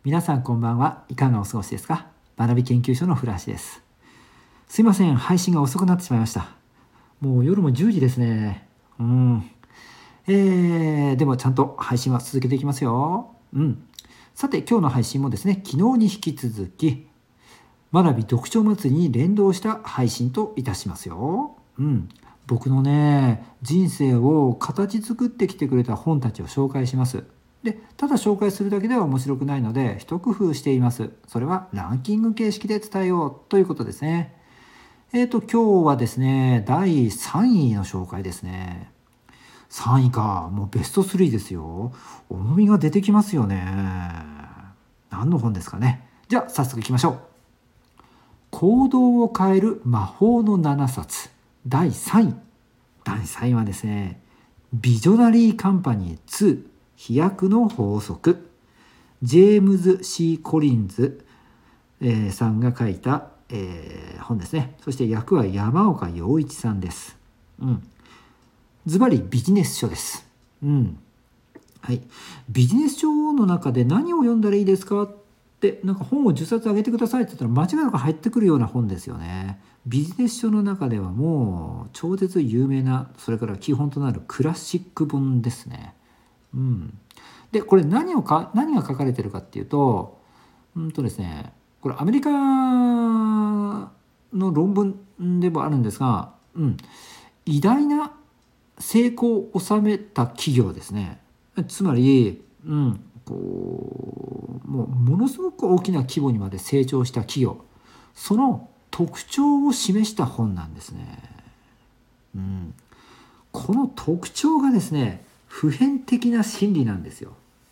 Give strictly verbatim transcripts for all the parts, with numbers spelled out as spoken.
皆さんこんばんは。いかがお過ごしですか？学び研究所の古橋です。すいません、配信が遅くなってしまいました。もう夜もじゅうじですね。うん。えー、でもちゃんと配信は続けていきますよ。うん。さて今日の配信もですね、昨日に引き続き学び読書祭りに連動した配信といたしますよ。うん。僕のね、人生を形作ってきてくれた本たちを紹介します。で、ただ紹介するだけでは面白くないので、一工夫しています。それはランキング形式で伝えようということですね。えーと、今日はですね、だいさんいの紹介ですね。さんいか、もうベストスリーですよ。重みが出てきますよね。何の本ですかね。じゃあ、早速いきましょう。行動を変える魔法のななさつ、だいさんい。だいさんいはですね、ビジョナリーカンパニーツー、飛躍の法則。ジェームズ・ C コリンズ、えー、さんが書いた、えー、本ですね。そして訳は山岡洋一さんです。うん。ズバリビジネス書です。うん。はい。ビジネス書の中で何を読んだらいいですかってなんか本をじゅっさつあげてくださいって言ったら間違いなく入ってくるような本ですよね。ビジネス書の中ではもう超絶有名な、それから基本となるクラシック本ですね。うん。でこれ何をか何が書かれてるかっていうと、うんとですね、これアメリカの論文でもあるんですが、うん、偉大な成功を収めた企業ですね。つまり、うん、こうもうものすごく大きな規模にまで成長した企業、その特徴を示した本なんですね。うん、この特徴がですね、普遍的な真理なんですよ。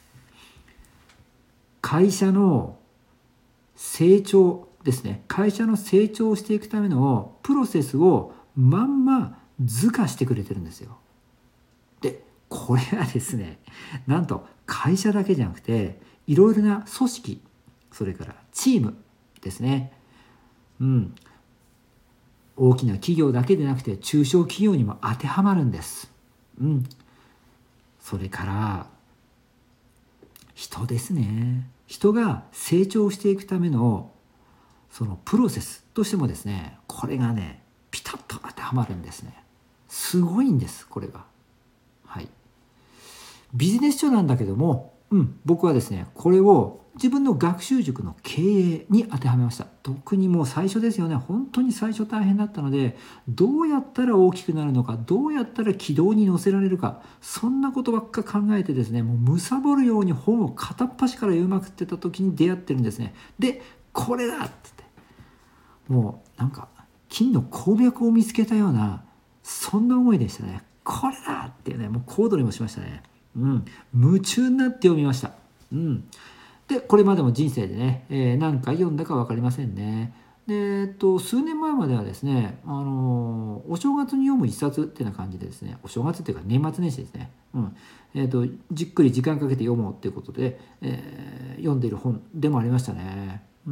会社の成長ですね。会社の成長していくためのプロセスをまんま図化してくれてるんですよ。で、これはですね、なんと会社だけじゃなくて、いろいろな組織、それからチームですね。うん。大きな企業だけでなくて、中小企業にも当てはまるんです。うん。それから、人ですね。人が成長していくためのそのプロセスとしてもですね、これがね、ピタッと当てはまるんですね。すごいんです、これが。はい。ビジネス書なんだけども、うん、僕はですね、これを自分の学習塾の経営に当てはめました。特にもう最初ですよね。本当に最初大変だったので、どうやったら大きくなるのか、どうやったら軌道に乗せられるか、そんなことばっか考えてですね、もう貪るように本を片っ端から読みまくってた時に出会ってるんですね。で、これだって言って、もうなんか金の鉱脈を見つけたような、そんな思いでしたね。これだっていうね、もう小躍りもしましたね。うん、夢中になって読みました。うん、でこれまでも人生でね、えー、何回読んだか分かりませんね。で、えっと、数年前まではですね、あのーお正月に読む一冊っていうような感じでですね、お正月っていうか年末年始ですね、うんえっと、じっくり時間かけて読もうっていうことで、えー読んでいる本でもありましたね。うん、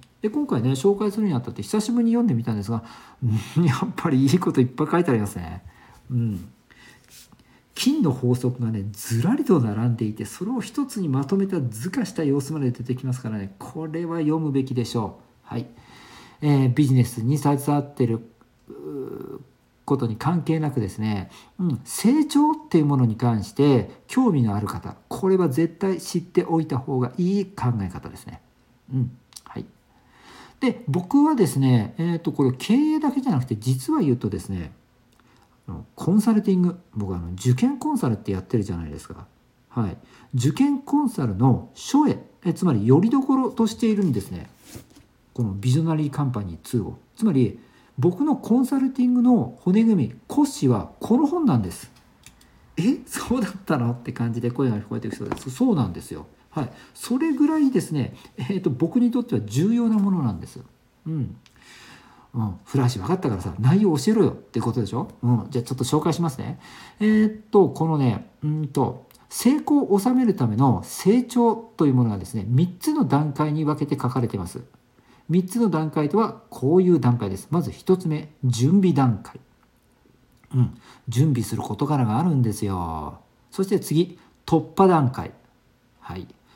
で今回ね紹介するにあたって久しぶりに読んでみたんですが、うん、やっぱりいいこといっぱい書いてありますね。うん金の法則がねずらりと並んでいて、それを一つにまとめた図化した様子まで出てきますからね、これは読むべきでしょう。はい、えー、ビジネスに携わっていることに関係なくですね、うん、成長っていうものに関して興味のある方、これは絶対知っておいた方がいい考え方ですね。うんはい、で僕はですね、えーとこれ経営だけじゃなくて、実は言うとですね、コンサルティング、僕はあの受験コンサルってやってるじゃないですか。はい、受験コンサルの書へ、えつまりよりどころとしているんですね、このビジョナリーカンパニーツーを。つまり僕のコンサルティングの骨組み、骨子はこの本なんです。え、そうだったのって感じで声が聞こえてきそうです。そうなんですよ。はい、それぐらいですね、えーと僕にとっては重要なものなんです。うんうん、フラッシュ分かったからさ、内容教えろよってことでしょ。うん、じゃあちょっと紹介しますね。えー、っとこのね、うんと成功を収めるための成長というものがですね、みっつの段階に分けて書かれています。みっつの段階とはこういう段階です。まずひとつめ、準備段階。うん、準備する事柄があるんですよ。そして次、突破段階。はい。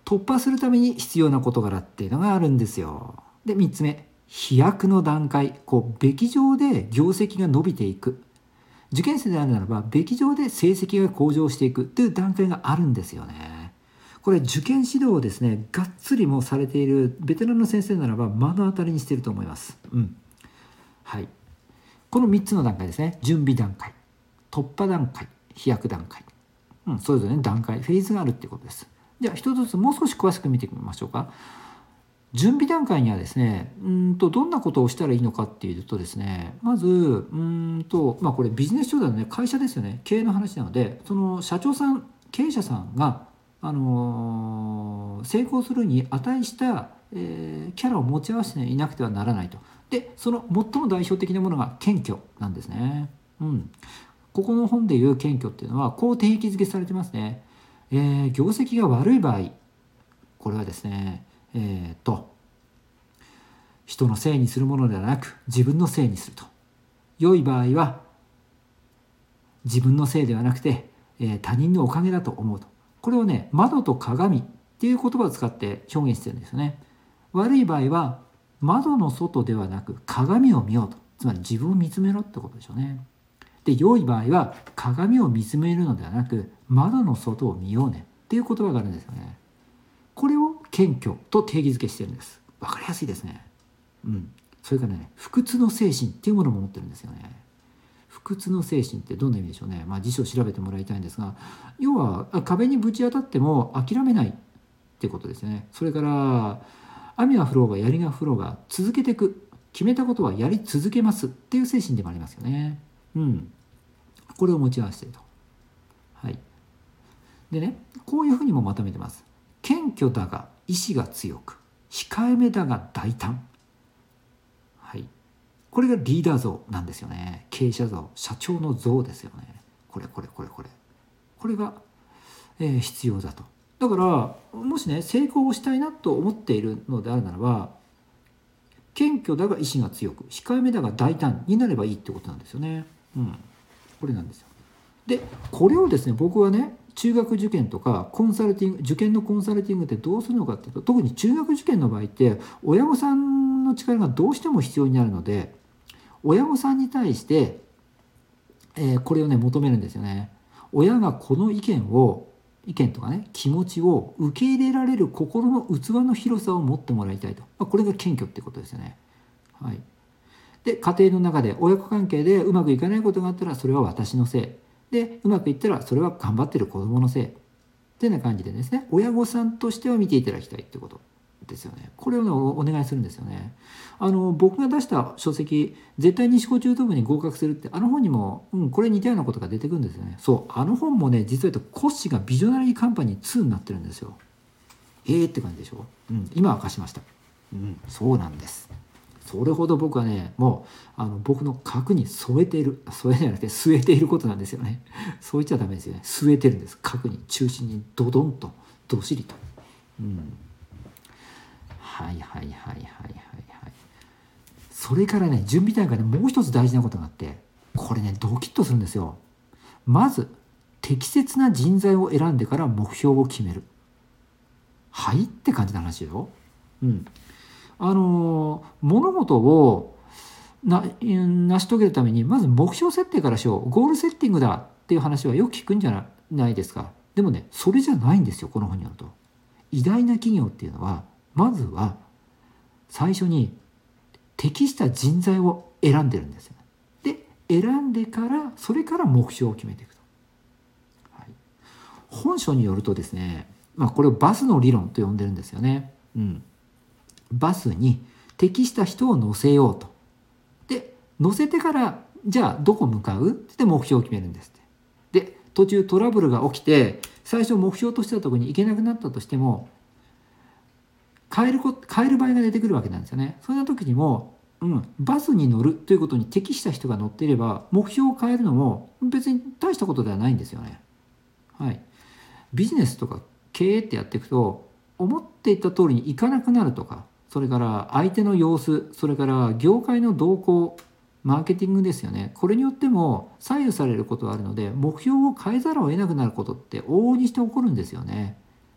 突破するために必要な事柄っていうのがあるんですよ。でみっつめ、飛躍の段階、こうべき上で業績が伸びていく。受験生であるならばべき上で成績が向上していくという段階があるんですよね。これ受験指導をですねがっつりもされているベテランの先生ならば目の当たりにしていると思います。うん、はい。このみっつの段階ですね。準備段階、突破段階、飛躍段階、うん、それぞれの段階フェーズがあるっていうことです。じゃあ一つずつもう少し詳しく見てみましょうか。準備段階にはですね、うんとどんなことをしたらいいのかっていうとですね、まずうんと、まあ、これビジネス書だのね、会社ですよね、経営の話なので、その社長さん経営者さんが、あのー成功するに値した、えーキャラを持ち合わせていなくてはならないと。でその最も代表的なものが謙虚なんですね。うん、ここの本でいう謙虚っていうのはこう定義づけされてますね。えー業績が悪い場合、これはですね、えー、と人のせいにするものではなく自分のせいにすると。良い場合は自分のせいではなくて、えー他人のおかげだと思うと。これをね、窓と鏡っていう言葉を使って表現してるんですよね。悪い場合は窓の外ではなく鏡を見ようと。つまり自分を見つめろってことでしょうね。で良い場合は鏡を見つめるのではなく窓の外を見ようねっていう言葉があるんですよね。これを謙虚と定義づけしてるんです。わかりやすいですね。うん。それからね、不屈の精神っていうものも持ってるんですよね。不屈の精神ってどんな意味でしょうね。まあ辞書を調べてもらいたいんですが、要は壁にぶち当たっても諦めないってことですね。それから雨が降ろうが槍が降ろうが続けていく、決めたことはやり続けますっていう精神でもありますよね。うん。これを持ち合わせていると。はい。でね、こういうふうにもまとめてます。謙虚だが意志が強く、控えめだが大胆。はい。これがリーダー像なんですよね。経営者像、社長の像ですよね。これこれこれこれ。これが、えー必要だと。だからもしね成功をしたいなと思っているのであるならば、謙虚だが意志が強く、控えめだが大胆になればいいってことなんですよね。うん。これなんですよ。でこれをですね、僕はね中学受験とかコンサルティング、受験のコンサルティングってどうするのかっていうと、特に中学受験の場合って親御さんの力がどうしても必要になるので、親御さんに対して、えーこれをね求めるんですよね。親がこの意見を意見とかね気持ちを受け入れられる心の器の広さを持ってもらいたいと、まあ、これが謙虚ってことですよね。はい。で家庭の中で親子関係でうまくいかないことがあったらそれは私のせいで、うまくいったらそれは頑張ってる子供のせいっていうような感じでですね、親御さんとしては見ていただきたいってことですよね。これを、ね、おお願いするんですよね。あの僕が出した書籍「絶対に思考中等部に合格する」って、あの本にも、うん、これ似たようなことが出てくるんですよね。そう、あの本もね実は言うとコッシーがビジョナリーカンパニーツーになってるんですよ。えーって感じでしょ。うん、今明かしました。うん、そうなんです。それほど僕はねもうあの僕の核に添えている、添えじゃなくて据えていることなんですよね。そう言っちゃダメですよね。据えてるんです。核に中心にドドンとどっしりと。うん、はいはいはいはいはいはい。それからね準備段階でもう一つ大事なことがあって、これねドキッとするんですよ。まず適切な人材を選んでから目標を決める。はいって感じの話よ。うん。あの物事をな成し遂げるためにまず目標設定からしよう、ゴールセッティングだっていう話はよく聞くんじゃないですか。でもねそれじゃないんですよ。この本によると偉大な企業っていうのはまずは最初に適した人材を選んでるんですよ。で選んでからそれから目標を決めていくと、はい、本書によるとですね、まあ、これをバスの理論と呼んでるんですよね。うん、バスに適した人を乗せようと。で乗せてからじゃあどこ向かうって目標を決めるんですって。で途中トラブルが起きて最初目標としてたところに行けなくなったとしても変えるこ変える場合が出てくるわけなんですよね。そんな時にも、うん、バスに乗るということに適した人が乗っていれば目標を変えるのも別に大したことではないんですよね。はい、ビジネスとか経営ってやっていくと思っていた通りにいかなくなるとか、それから相手の様子、それから業界の動向、マーケティングですよね。これによっても左右されることがあるので目標を変えざるを得なくなることって往々にして起こるんですよね。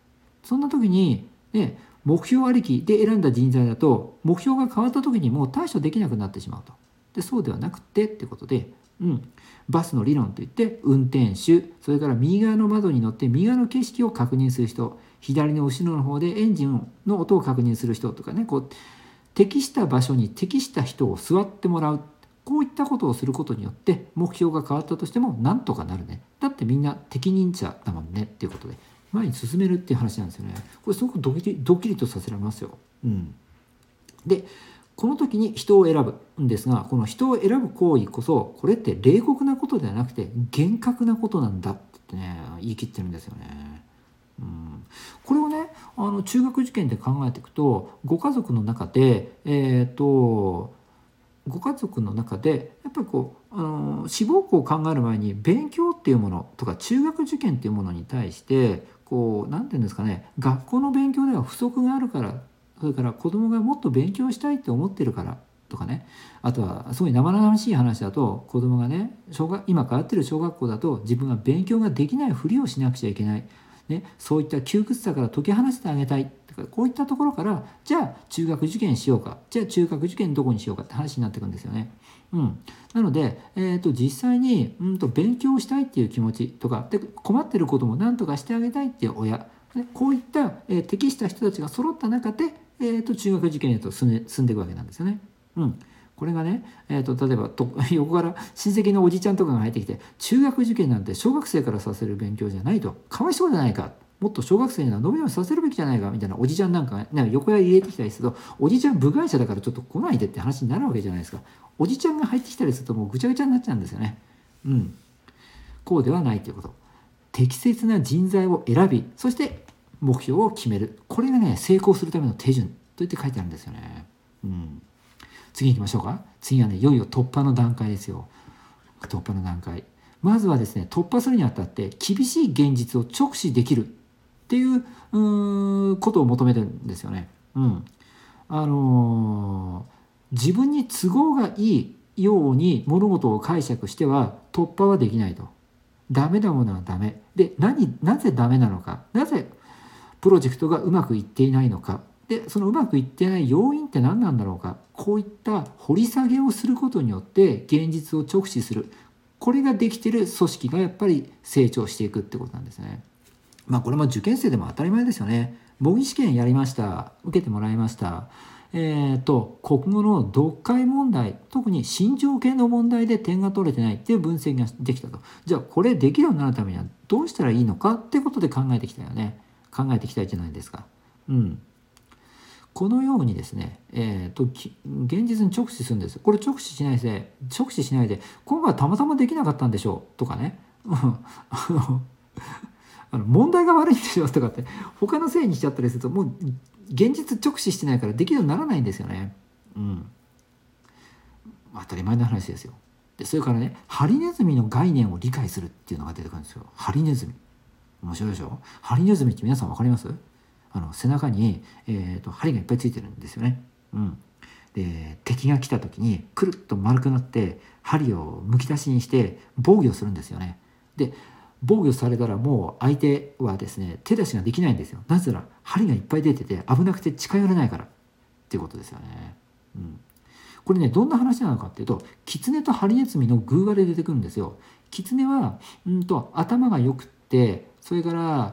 そんな時に、ね、目標ありきで選んだ人材だと目標が変わった時にもう対処できなくなってしまうと。でそうではなくてってことで、うん、バスの理論といって運転手、それから右側の窓に乗って右側の景色を確認する人、左の後ろの方でエンジンの音を確認する人とかね、こう適した場所に適した人を座ってもらう、こういったことをすることによって目標が変わったとしてもなんとかなるね。だってみんな適任者だもんねっていうことで前に進めるっていう話なんですよね。これすごくドキリドキリとさせられますよ。うん、でこの時に人を選ぶんですが、この人を選ぶ行為こそこれって冷酷なことではなくて厳格なことなんだってね言い切ってるんですよね。うん、これをねあの中学受験で考えていくとご家族の中でえっ、とご家族の中でやっぱりこうあの志望校を考える前に勉強っていうものとか中学受験っていうものに対してこうなんていうんですかね、学校の勉強では不足があるから、それから子供がもっと勉強したいって思ってるからとかね、あとはすごい生々しい話だと子供がね小学今通ってる小学校だと自分が勉強ができないふりをしなくちゃいけない、ね、そういった窮屈さから解き放してあげたい、こういったところからじゃあ中学受験しようか、じゃあ中学受験どこにしようかって話になってくるんですよね。うん、なので、えー、と実際に、うん、と勉強したいっていう気持ちとかで困ってることも何とかしてあげたいっていう親、こういった、えー、適した人たちが揃った中で、えー、と中学受験へと進んで、進んでいくわけなんですよね。うん、これがね、えー、と例えばと横から親戚のおじちゃんとかが入ってきて中学受験なんて小学生からさせる勉強じゃないと、かわいそうじゃないか、もっと小学生には伸び伸びさせるべきじゃないかみたいなおじちゃんなんかが、ね、横へ入れてきたりするとおじちゃん部外者だからちょっと来ないでって話になるわけじゃないですか。おじちゃんが入ってきたりするともうぐちゃぐちゃになっちゃうんですよね。うん、こうではないということ。適切な人材を選び、そして目標を決める、これがね成功するための手順といって書いてあるんですよね。うん、次行きましょうか。次はねいよいよ突破の段階ですよ。突破の段階、まずはですね突破するにあたって厳しい現実を直視できるっていう、うーんことを求めてるんですよね。うん、あのー自分に都合がいいように物事を解釈しては突破はできないと。ダメなものはダメで、何なぜダメなのか、なぜプロジェクトがうまくいっていないのか、でそのうまくいっていない要因って何なんだろうか、こういった掘り下げをすることによって現実を直視する、これができている組織がやっぱり成長していくってことなんですね。まあこれも受験生でも当たり前ですよね。模擬試験やりました、受けてもらいました。えー、と国語の読解問題、特に心情系の問題で点が取れてないっていう分析ができたと。じゃあこれできるようになるためにはどうしたらいいのかっていうことで考えてきたよね。考えてきたじゃないですか。うん、このようにですね、えー、と現実に直視するんです。これ直視しないで直視しないで今回はたまたまできなかったんでしょうとかねあのあの問題が悪いんでしょとかって他のせいにしちゃったりするともう現実直視してないからできるようにならないんですよね。うん、当たり前の話ですよ。でそれからねハリネズミの概念を理解するっていうのが出てくるんですよ。ハリネズミ面白いでしょ。ハリネズミって皆さん分かります？あの背中に、えー、と針がいっぱいついてるんですよね。うん、で敵が来た時にくるっと丸くなって針をむき出しにして防御するんですよね。で防御されたらもう相手はですね手出しができないんですよ。なぜなら針がいっぱい出てて危なくて近寄れないからっていうことですよね。うん、これねどんな話なのかっていうとキツネとハリネズミの偶話で出てくるんですよ。キツネはうんと頭が良くってそれから、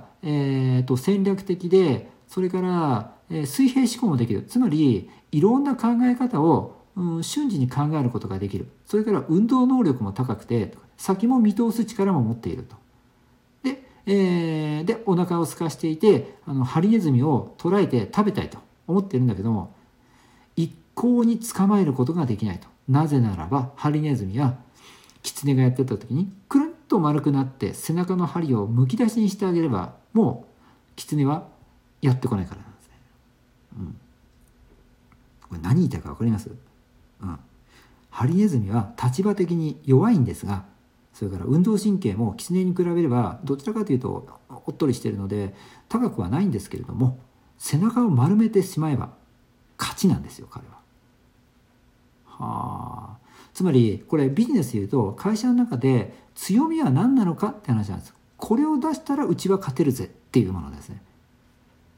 えー、と戦略的でそれから、えー、水平思考もできる。つまりいろんな考え方を、うん、瞬時に考えることができる。それから運動能力も高くて先も見通す力も持っていると。で,、えー、でお腹を空かしていてあのハリネズミを捕らえて食べたいと思ってるんだけども一向に捕まえることができないと。なぜならばハリネズミはキツネがやってた時にくるんと丸くなって背中の針をむき出しにしてあげればもうキツネはやってこないからなんですね。うん、これ何言いたいか分かります？うん、ハリネズミは立場的に弱いんですがそれから運動神経もキツネに比べればどちらかというとおっとりしているので高くはないんですけれども背中を丸めてしまえば勝ちなんですよ彼は。はあ、つまりこれビジネスでいうと会社の中で強みは何なのかって話なんです。これを出したらうちは勝てるぜっていうものですね。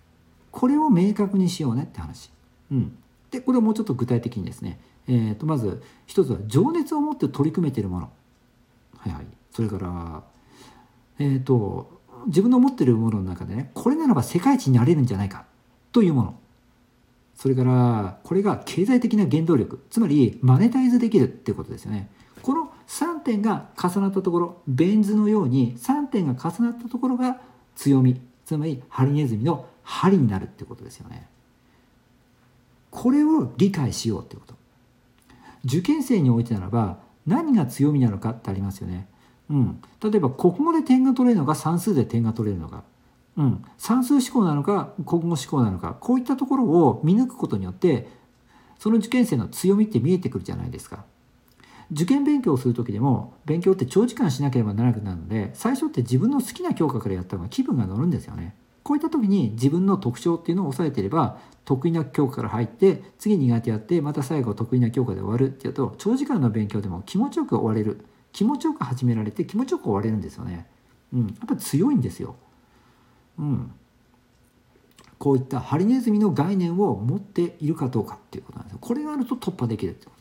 これを明確にしようねって話。うん、でこれをもうちょっと具体的にですね、えー、とまず一つは情熱を持って取り組めているもの、はいはい、それから、えー、と自分の持っているものの中でね、これならば世界一になれるんじゃないかというもの、それからこれが経済的な原動力、つまりマネタイズできるっていうことですよね。このさんてんが重なったところ、ベン図のようにさんてんが重なったところが強み、つまりハリネズミの針になるってことですよね。これを理解しようってこと。受験生においてならば何が強みなのかってありますよね。うん、例えば国語で点が取れるのか算数で点が取れるのか、うん、算数思考なのか国語思考なのか、こういったところを見抜くことによってその受験生の強みって見えてくるじゃないですか。受験勉強をする時でも勉強って長時間しなければならなくなるので、最初って自分の好きな教科からやった方が気分が乗るんですよね。こういった時に自分の特徴っていうのを抑えていれば、得意な教科から入って次苦手やってまた最後得意な教科で終わるっていうと、長時間の勉強でも気持ちよく終われる、気持ちよく始められて気持ちよく終われるんですよね。うん、やっぱり強いんですよ。うん、こういったハリネズミの概念を持っているかどうかっていうことなんですよ。これがあると突破できるってこと。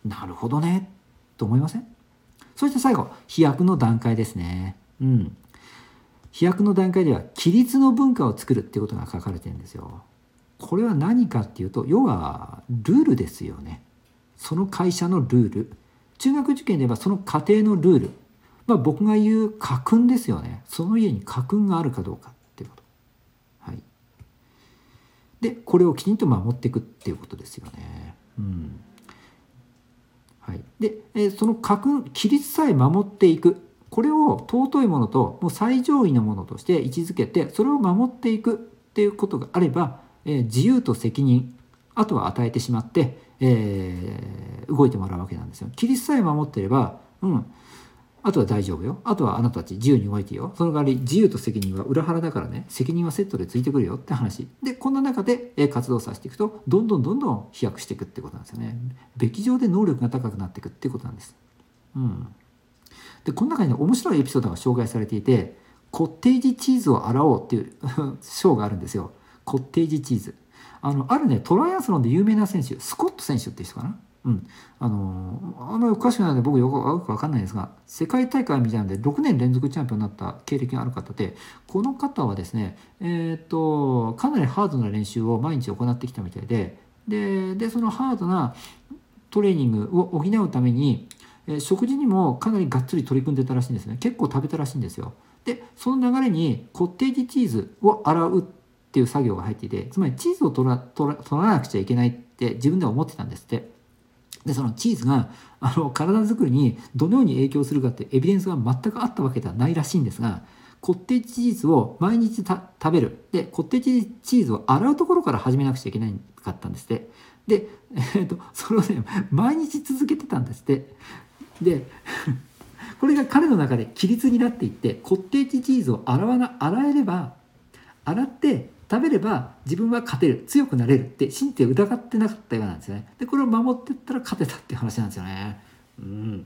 なるほどねと思いません？そして最後、飛躍の段階ですね。うん。飛躍の段階では規律の文化を作るっていうことが書かれてるんですよ。これは何かっていうと、要はルールですよね。その会社のルール。中学受験で言えばその家庭のルール。まあ僕が言う家訓ですよね。その家に家訓があるかどうかっていうこと。はい。で、これをきちんと守っていくっていうことですよね。うん。はい。で、えーその家訓、規律さえ守っていく。これを尊いものともう最上位のものとして位置づけて、それを守っていくっていうことがあれば、えー自由と責任、あとは与えてしまって、えー動いてもらうわけなんですよ。規律さえ守っていれば、うん、あとは大丈夫よ。あとはあなたたち自由に動いてよ。その代わり自由と責任は裏腹だからね、責任はセットでついてくるよって話。で、こんな中でえー活動させていくと、どんどんどんどん飛躍していくってことなんですよね。べき上で能力が高くなっていくっていうことなんです。うん。で、この中にね、面白いエピソードが紹介されていて、コッテージチーズを洗おうっていう章があるんですよ。コッテージチーズ。あの、あるね、トライアスロンで有名な選手、スコット選手っていう人かな。うん。あの、あんまり詳しくないので僕よくよくわかんないんですが、世界大会みたいなのでろくねん連続チャンピオンになった経歴がある方で、この方はですね、えーっと、かなりハードな練習を毎日行ってきたみたいで、で、でそのハードなトレーニングを補うために、えー食事にもかなりがっつり取り組んでたらしいんですね。結構食べたらしいんですよ。で、その流れにコッテージチーズを洗うっていう作業が入っていて、つまりチーズを取ら取ら取らなくちゃいけないって自分では思ってたんですって。で、そのチーズがあの体作りにどのように影響するかってエビデンスが全くあったわけではないらしいんですが、コッテージチーズを毎日た食べる。で、コッテージチーズを洗うところから始めなくちゃいけないかったんですって。で、えー、とそれをね、毎日続けてたんですって。で、これが彼の中で規律になっていって、コッテージチーズを洗わな洗えれば、洗って食べれば自分は勝てる、強くなれるって信じて疑ってなかったようなんですよね。で、これを守っていったら勝てたっていう話なんですよね。うん。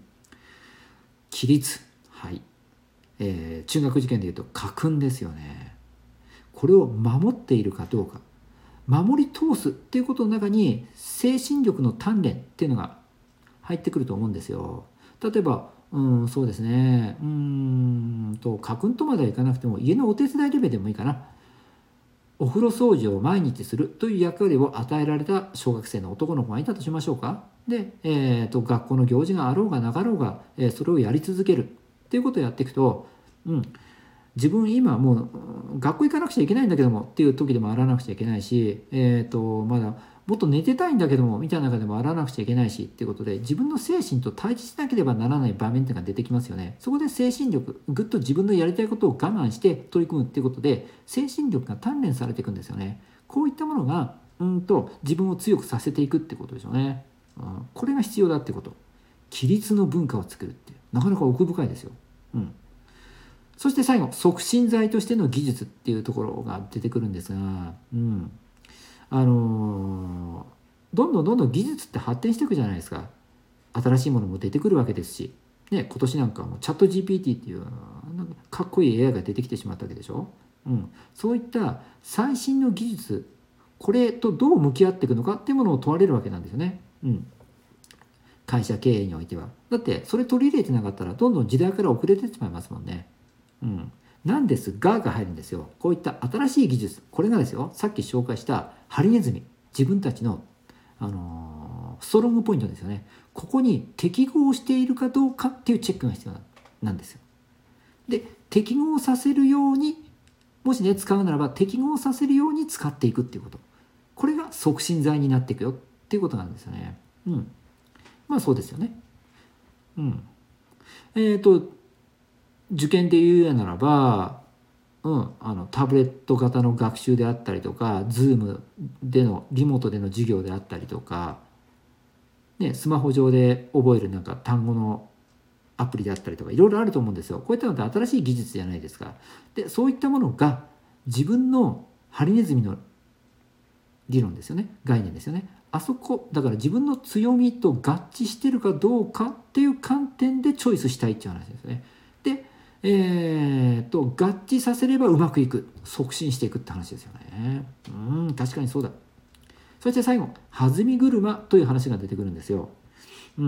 規律。はい。えー中学受験でいうと家訓ですよね。これを守っているかどうか。守り通すっていうことの中に精神力の鍛錬っていうのが入ってくると思うんですよ。例えば、うん、そうですね。うーんと、家訓とまではいかなくても、家のお手伝いレベルでもいいかな。お風呂掃除を毎日するという役割を与えられた小学生の男の子がいたとしましょうか。で、えーと、学校の行事があろうがなかろうが、えーそれをやり続けるっていうことをやっていくと、うん、自分今もううん学校行かなくちゃいけないんだけどもっていう時でも洗わなくちゃいけないし、えーと、まだもっと寝てたいんだけどもみたいな中でも洗わなくちゃいけないしっていうことで、自分の精神と対峙しなければならない場面っていうのが出てきますよね。そこで精神力、ぐっと自分のやりたいことを我慢して取り組むっていうことで精神力が鍛錬されていくんですよね。こういったものがうんと自分を強くさせていくってことでしょうね。うん、これが必要だってこと。規律の文化を作るっていう、なかなか奥深いですよ。うん。そして最後、促進剤としての技術っていうところが出てくるんですが、うん、あのーどんどんどんどん技術って発展していくじゃないですか。新しいものも出てくるわけですし、ね、今年なんかもチャット ジーピーティー っていうなんかかっこいい エーアイ が出てきてしまったわけでしょ。うん、そういった最新の技術これとどう向き合っていくのかっていうものを問われるわけなんですよね。うん、会社経営においては。だってそれ取り入れてなかったらどんどん時代から遅れてしまいますもんね。うん、なんですがが入るんですよ。こういった新しい技術、これがですよ、さっき紹介したハリネズミ、自分たちの、あのーストロングポイントですよね。ここに適合しているかどうかっていうチェックが必要なんですよ。で、適合させるように、もしね使うならば適合させるように使っていくっていうこと、これが促進剤になっていくよっていうことなんですよね。うん、まあそうですよね。うん、えっと受験で言うやならば、うん、あのタブレット型の学習であったりとか、Zoom でのリモートでの授業であったりとか、ね、スマホ上で覚えるなんか単語のアプリであったりとかいろいろあると思うんですよ。こういったのって新しい技術じゃないですか。でそういったものが自分のハリネズミの理論ですよね、概念ですよね。あそこだから自分の強みと合致してるかどうかっていう観点でチョイスしたいっていう話ですね。で、えー、と合致させればうまくいく、促進していくって話ですよね。うん、確かにそうだ。そして最後、弾み車という話が出てくるんですよ。うん。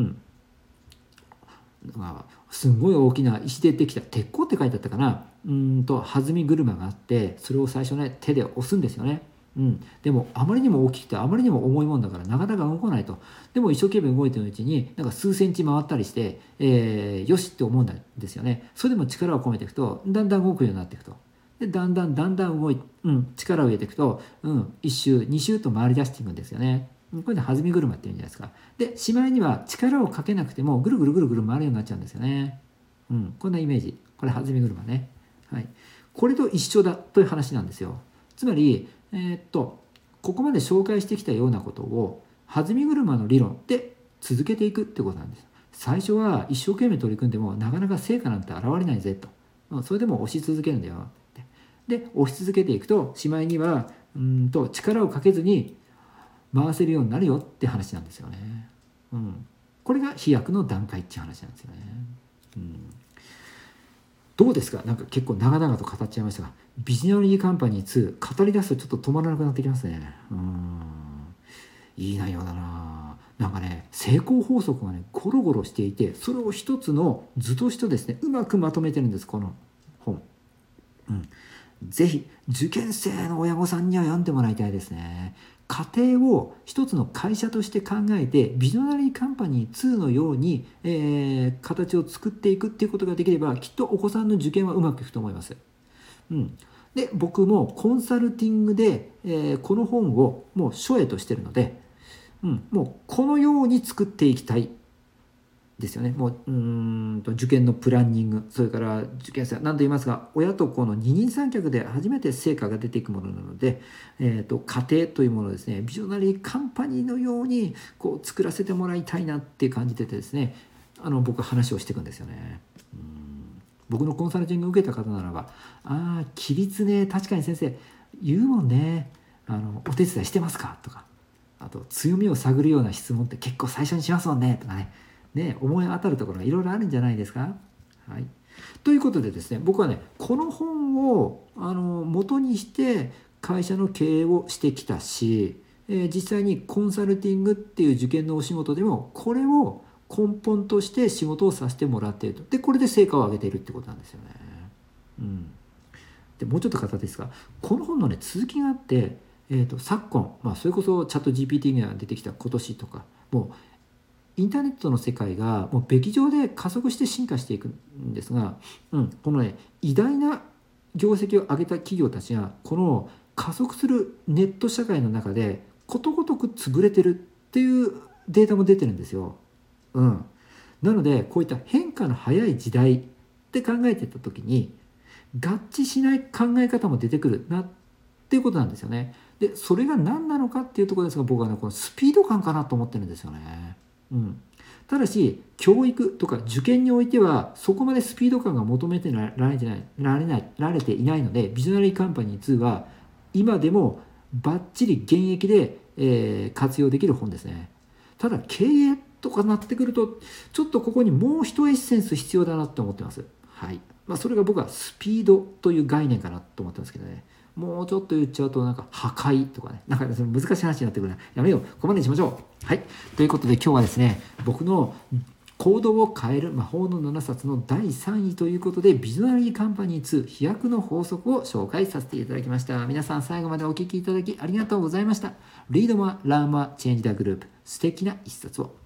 まあ、すんごい大きな石でできた鉄鋼って書いてあったかな、うんと弾み車があって、それを最初ね手で押すんですよね。うん、でもあまりにも大きくてあまりにも重いもんだからなかなか動かないと。でも一生懸命動いてるうちになんか数センチ回ったりして、えー、よしって思うんですよね。それでも力を込めていくとだんだん動くようになっていくと。でだんだんだんだん動い、うん、力を入れていくと、うん、いっ周に周と回り出していくんですよね。これで弾み車っていうんじゃないですか。でしまいには力をかけなくてもぐるぐるぐるぐる回るようになっちゃうんですよね。うん、こんなイメージ。これ弾み車ね。はい。これと一緒だという話なんですよ。つまり、えーっとここまで紹介してきたようなことを弾み車の理論で続けていくってことなんです。最初は一生懸命取り組んでもなかなか成果なんて現れないぜと。うん、それでも押し続けるんだよって。で押し続けていくとしまいにはうんと力をかけずに回せるようになるよって話なんですよね。うん、これが飛躍の段階っていう話なんですよね。うん、どうですか？なんか結構長々と語っちゃいましたが、ビジョナリーカンパニーツー語り出すとちょっと止まらなくなってきますね。うん、いい内容だな。なんかね、成功法則がねゴロゴロしていて、それを一つの図としてですねうまくまとめてるんです、この本。うん、ぜひ受験生の親御さんには読んでもらいたいですね。家庭を一つの会社として考えてビジョナリーカンパニーツーのように、えー、形を作っていくっていうことができればきっとお子さんの受験はうまくいくと思います。うん、で僕もコンサルティングで、えー、この本をもう書絵としてるので、うん、もうこのように作っていきたいですよね。もう、うーんと受験のプランニング、それから受験生、何と言いますが、親と子の二人三脚で初めて成果が出ていくものなので、えーと、家庭というものをですね、ビジョナリーカンパニーのようにこう作らせてもらいたいなっていう感じでですね、あの僕は話をしていくんですよね。うん、僕のコンサルティングを受けた方ならば、ああ、規律ね、確かに先生、言うもんね、あのお手伝いしてますかとか、あと強みを探るような質問って結構最初にしますもんねとかね。ね、思い当たるところがいろいろあるんじゃないですか。はい、ということでですね、僕はねこの本をあの元にして会社の経営をしてきたし、えー、実際にコンサルティングっていう受験のお仕事でもこれを根本として仕事をさせてもらっていると。でこれで成果を上げているってことなんですよね。うん、でもうちょっと方ですが、この本のね続きがあって、えーと、昨今、まあ、それこそチャット ジーピーティー が出てきた今年とかもうインターネットの世界がもうべき上で加速して進化していくんですが、うん、このね偉大な業績を上げた企業たちがこの加速するネット社会の中でことごとく潰れてるっていうデータも出てるんですよ。うん、なのでこういった変化の早い時代って考えていった時に合致しない考え方も出てくるなっていうことなんですよね。でそれが何なのかっていうところですが、僕はねこのスピード感かなと思ってるんですよね。うん、ただし教育とか受験においてはそこまでスピード感が求めてられてないられないられていないので、ビジョナリーカンパニーツーは今でもバッチリ現役で、えー、活用できる本ですね。ただ経営とかなってくるとちょっとここにもう一エッセンス必要だなと思ってます。はい、まあ、それが僕はスピードという概念かなと思ってますけどね。 もうちょっと言っちゃうとなんか破壊とかね、なんかその難しい話になってくるな。やめよう。ここまでにしましょう。はい。ということで今日はですね、僕の行動を変える魔法のななさつのだいさんいということで、ビジョナリーカンパニーツー飛躍の法則を紹介させていただきました。皆さん最後までお聞きいただきありがとうございました。Read more, learn more, change the group。素敵な一冊を。